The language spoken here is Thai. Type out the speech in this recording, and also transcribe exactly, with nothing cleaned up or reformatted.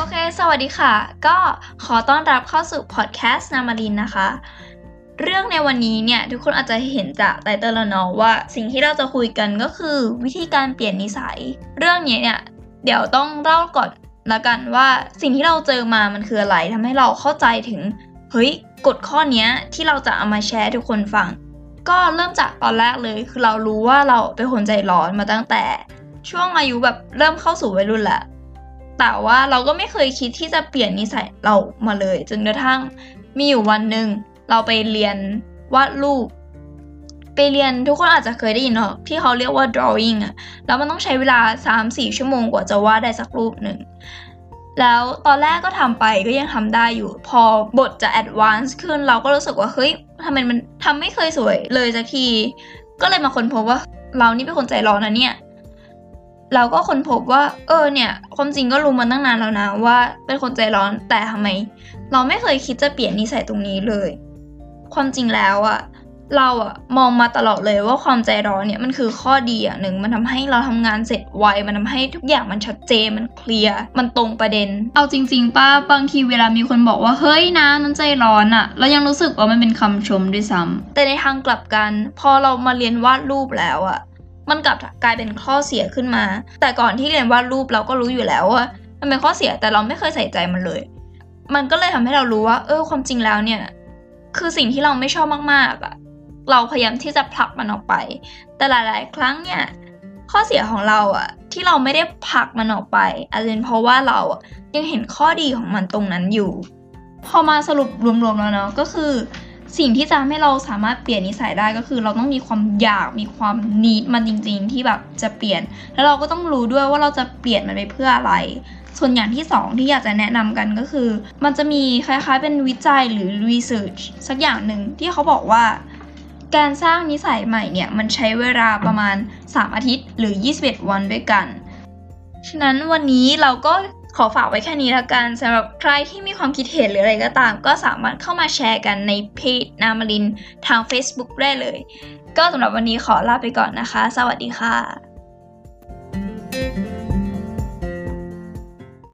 โอเคสวัสดีค่ะก็ขอต้อนรับเข้าสู่พอดแคสต์นามารินนะคะเรื่องในวันนี้เนี่ยทุกคนอาจจะเห็นจากไตเติ้ลแล้วเนาะว่าสิ่งที่เราจะคุยกันก็คือวิธีการเปลี่ยนนิสัยเรื่องนี้เนี่ยเดี๋ยวต้องเล่าก่อนละกันว่าสิ่งที่เราเจอมามันคืออะไรทำให้เราเข้าใจถึงเฮ้ยกฎข้อนี้ที่เราจะเอามาแชร์ทุกคนฟังก็เริ่มจากตอนแรกเลยคือเรารู้ว่าเราเป็นคนใจร้อนมาตั้งแต่ช่วงอายุแบบเริ่มเข้าสู่วัยรุ่นแหละแต่ว่าเราก็ไม่เคยคิดที่จะเปลี่ยนนิสัยเรามาเลยจนกระทั่งมีอยู่วันหนึ่งเราไปเรียนวาดรูปไปเรียนทุกคนอาจจะเคยได้ยินเนาะที่เขาเรียกว่า drawing อะแล้วมันต้องใช้เวลา สามถึงสี่ ชั่วโมงกว่าจะวาดได้สักรูปหนึ่งแล้วตอนแรกก็ทำไปก็ยังทำได้อยู่พอบทจะ advance ขึ้นเราก็รู้สึกว่าเฮ้ยทำไมมันทำไม่เคยสวยเลยสักทีก็เลยมาค้นพบว่าเรานี่เป็นคนใจร้อนนะเนี่ยเราก็ค้นพบว่าเออเนี่ยความจริงก็รู้มาตั้งนานแล้วนะว่าเป็นคนใจร้อนแต่ทำไมเราไม่เคยคิดจะเปลี่ยนนิสัยตรงนี้เลยความจริงแล้วอะเราอะมองมาตลอดเลยว่าความใจร้อนเนี่ยมันคือข้อดีอย่างหนึ่งมันทำให้เราทำงานเสร็จไวมันทำให้ทุกอย่างมันชัดเจนมันเคลียร์มันตรงประเด็นเอาจริงๆป้าบางทีเวลามีคนบอกว่าเฮ้ยนะนั้นใจร้อนอะเรายังรู้สึกว่ามันเป็นคำชมด้วยซ้ำแต่ในทางกลับกันพอเรามาเรียนวาดรูปแล้วอะมันกลับกลายเป็นข้อเสียขึ้นมาแต่ก่อนที่เรียนวาดรูปเราก็รู้อยู่แล้วว่ามันเป็นข้อเสียแต่เราไม่เคยใส่ใจมันเลยมันก็เลยทำให้เรารู้ว่าเออความจริงแล้วเนี่ยคือสิ่งที่เราไม่ชอบมากๆอะเราพยายามที่จะผลักมันออกไปแต่หลายๆครั้งเนี่ยข้อเสียของเราอะที่เราไม่ได้ผลักมันออกไปอาจจะเป็นเพราะว่าเราอะยังเห็นข้อดีของมันตรงนั้นอยู่พอมาสรุปรวมๆแล้วเนาะก็คือสิ่งที่จะทำให้เราสามารถเปลี่ยนนิสัยได้ก็คือเราต้องมีความอยากมีความneedมันจริงๆที่แบบจะเปลี่ยนแล้วเราก็ต้องรู้ด้วยว่าเราจะเปลี่ยนมันไปเพื่ออะไรส่วนอย่างที่สองที่อยากจะแนะนำกันก็คือมันจะมีคล้ายๆเป็นวิจัยหรือ research สักอย่างหนึ่งที่เขาบอกว่าการสร้างนิสัยใหม่เนี่ยมันใช้เวลาประมาณสามอาทิตย์หรือยี่สิบเอ็ดวันด้วยกันฉะนั้นวันนี้เราก็ขอฝากไว้แค่นี้ละกันสำหรับใครที่มีความคิดเห็นหรืออะไรก็ตามก็สามารถเข้ามาแชร์กันในเพจนามารินทาง Facebook ได้เลยก็สำหรับวันนี้ขอลาไปก่อนนะคะสวัสดีค่ะ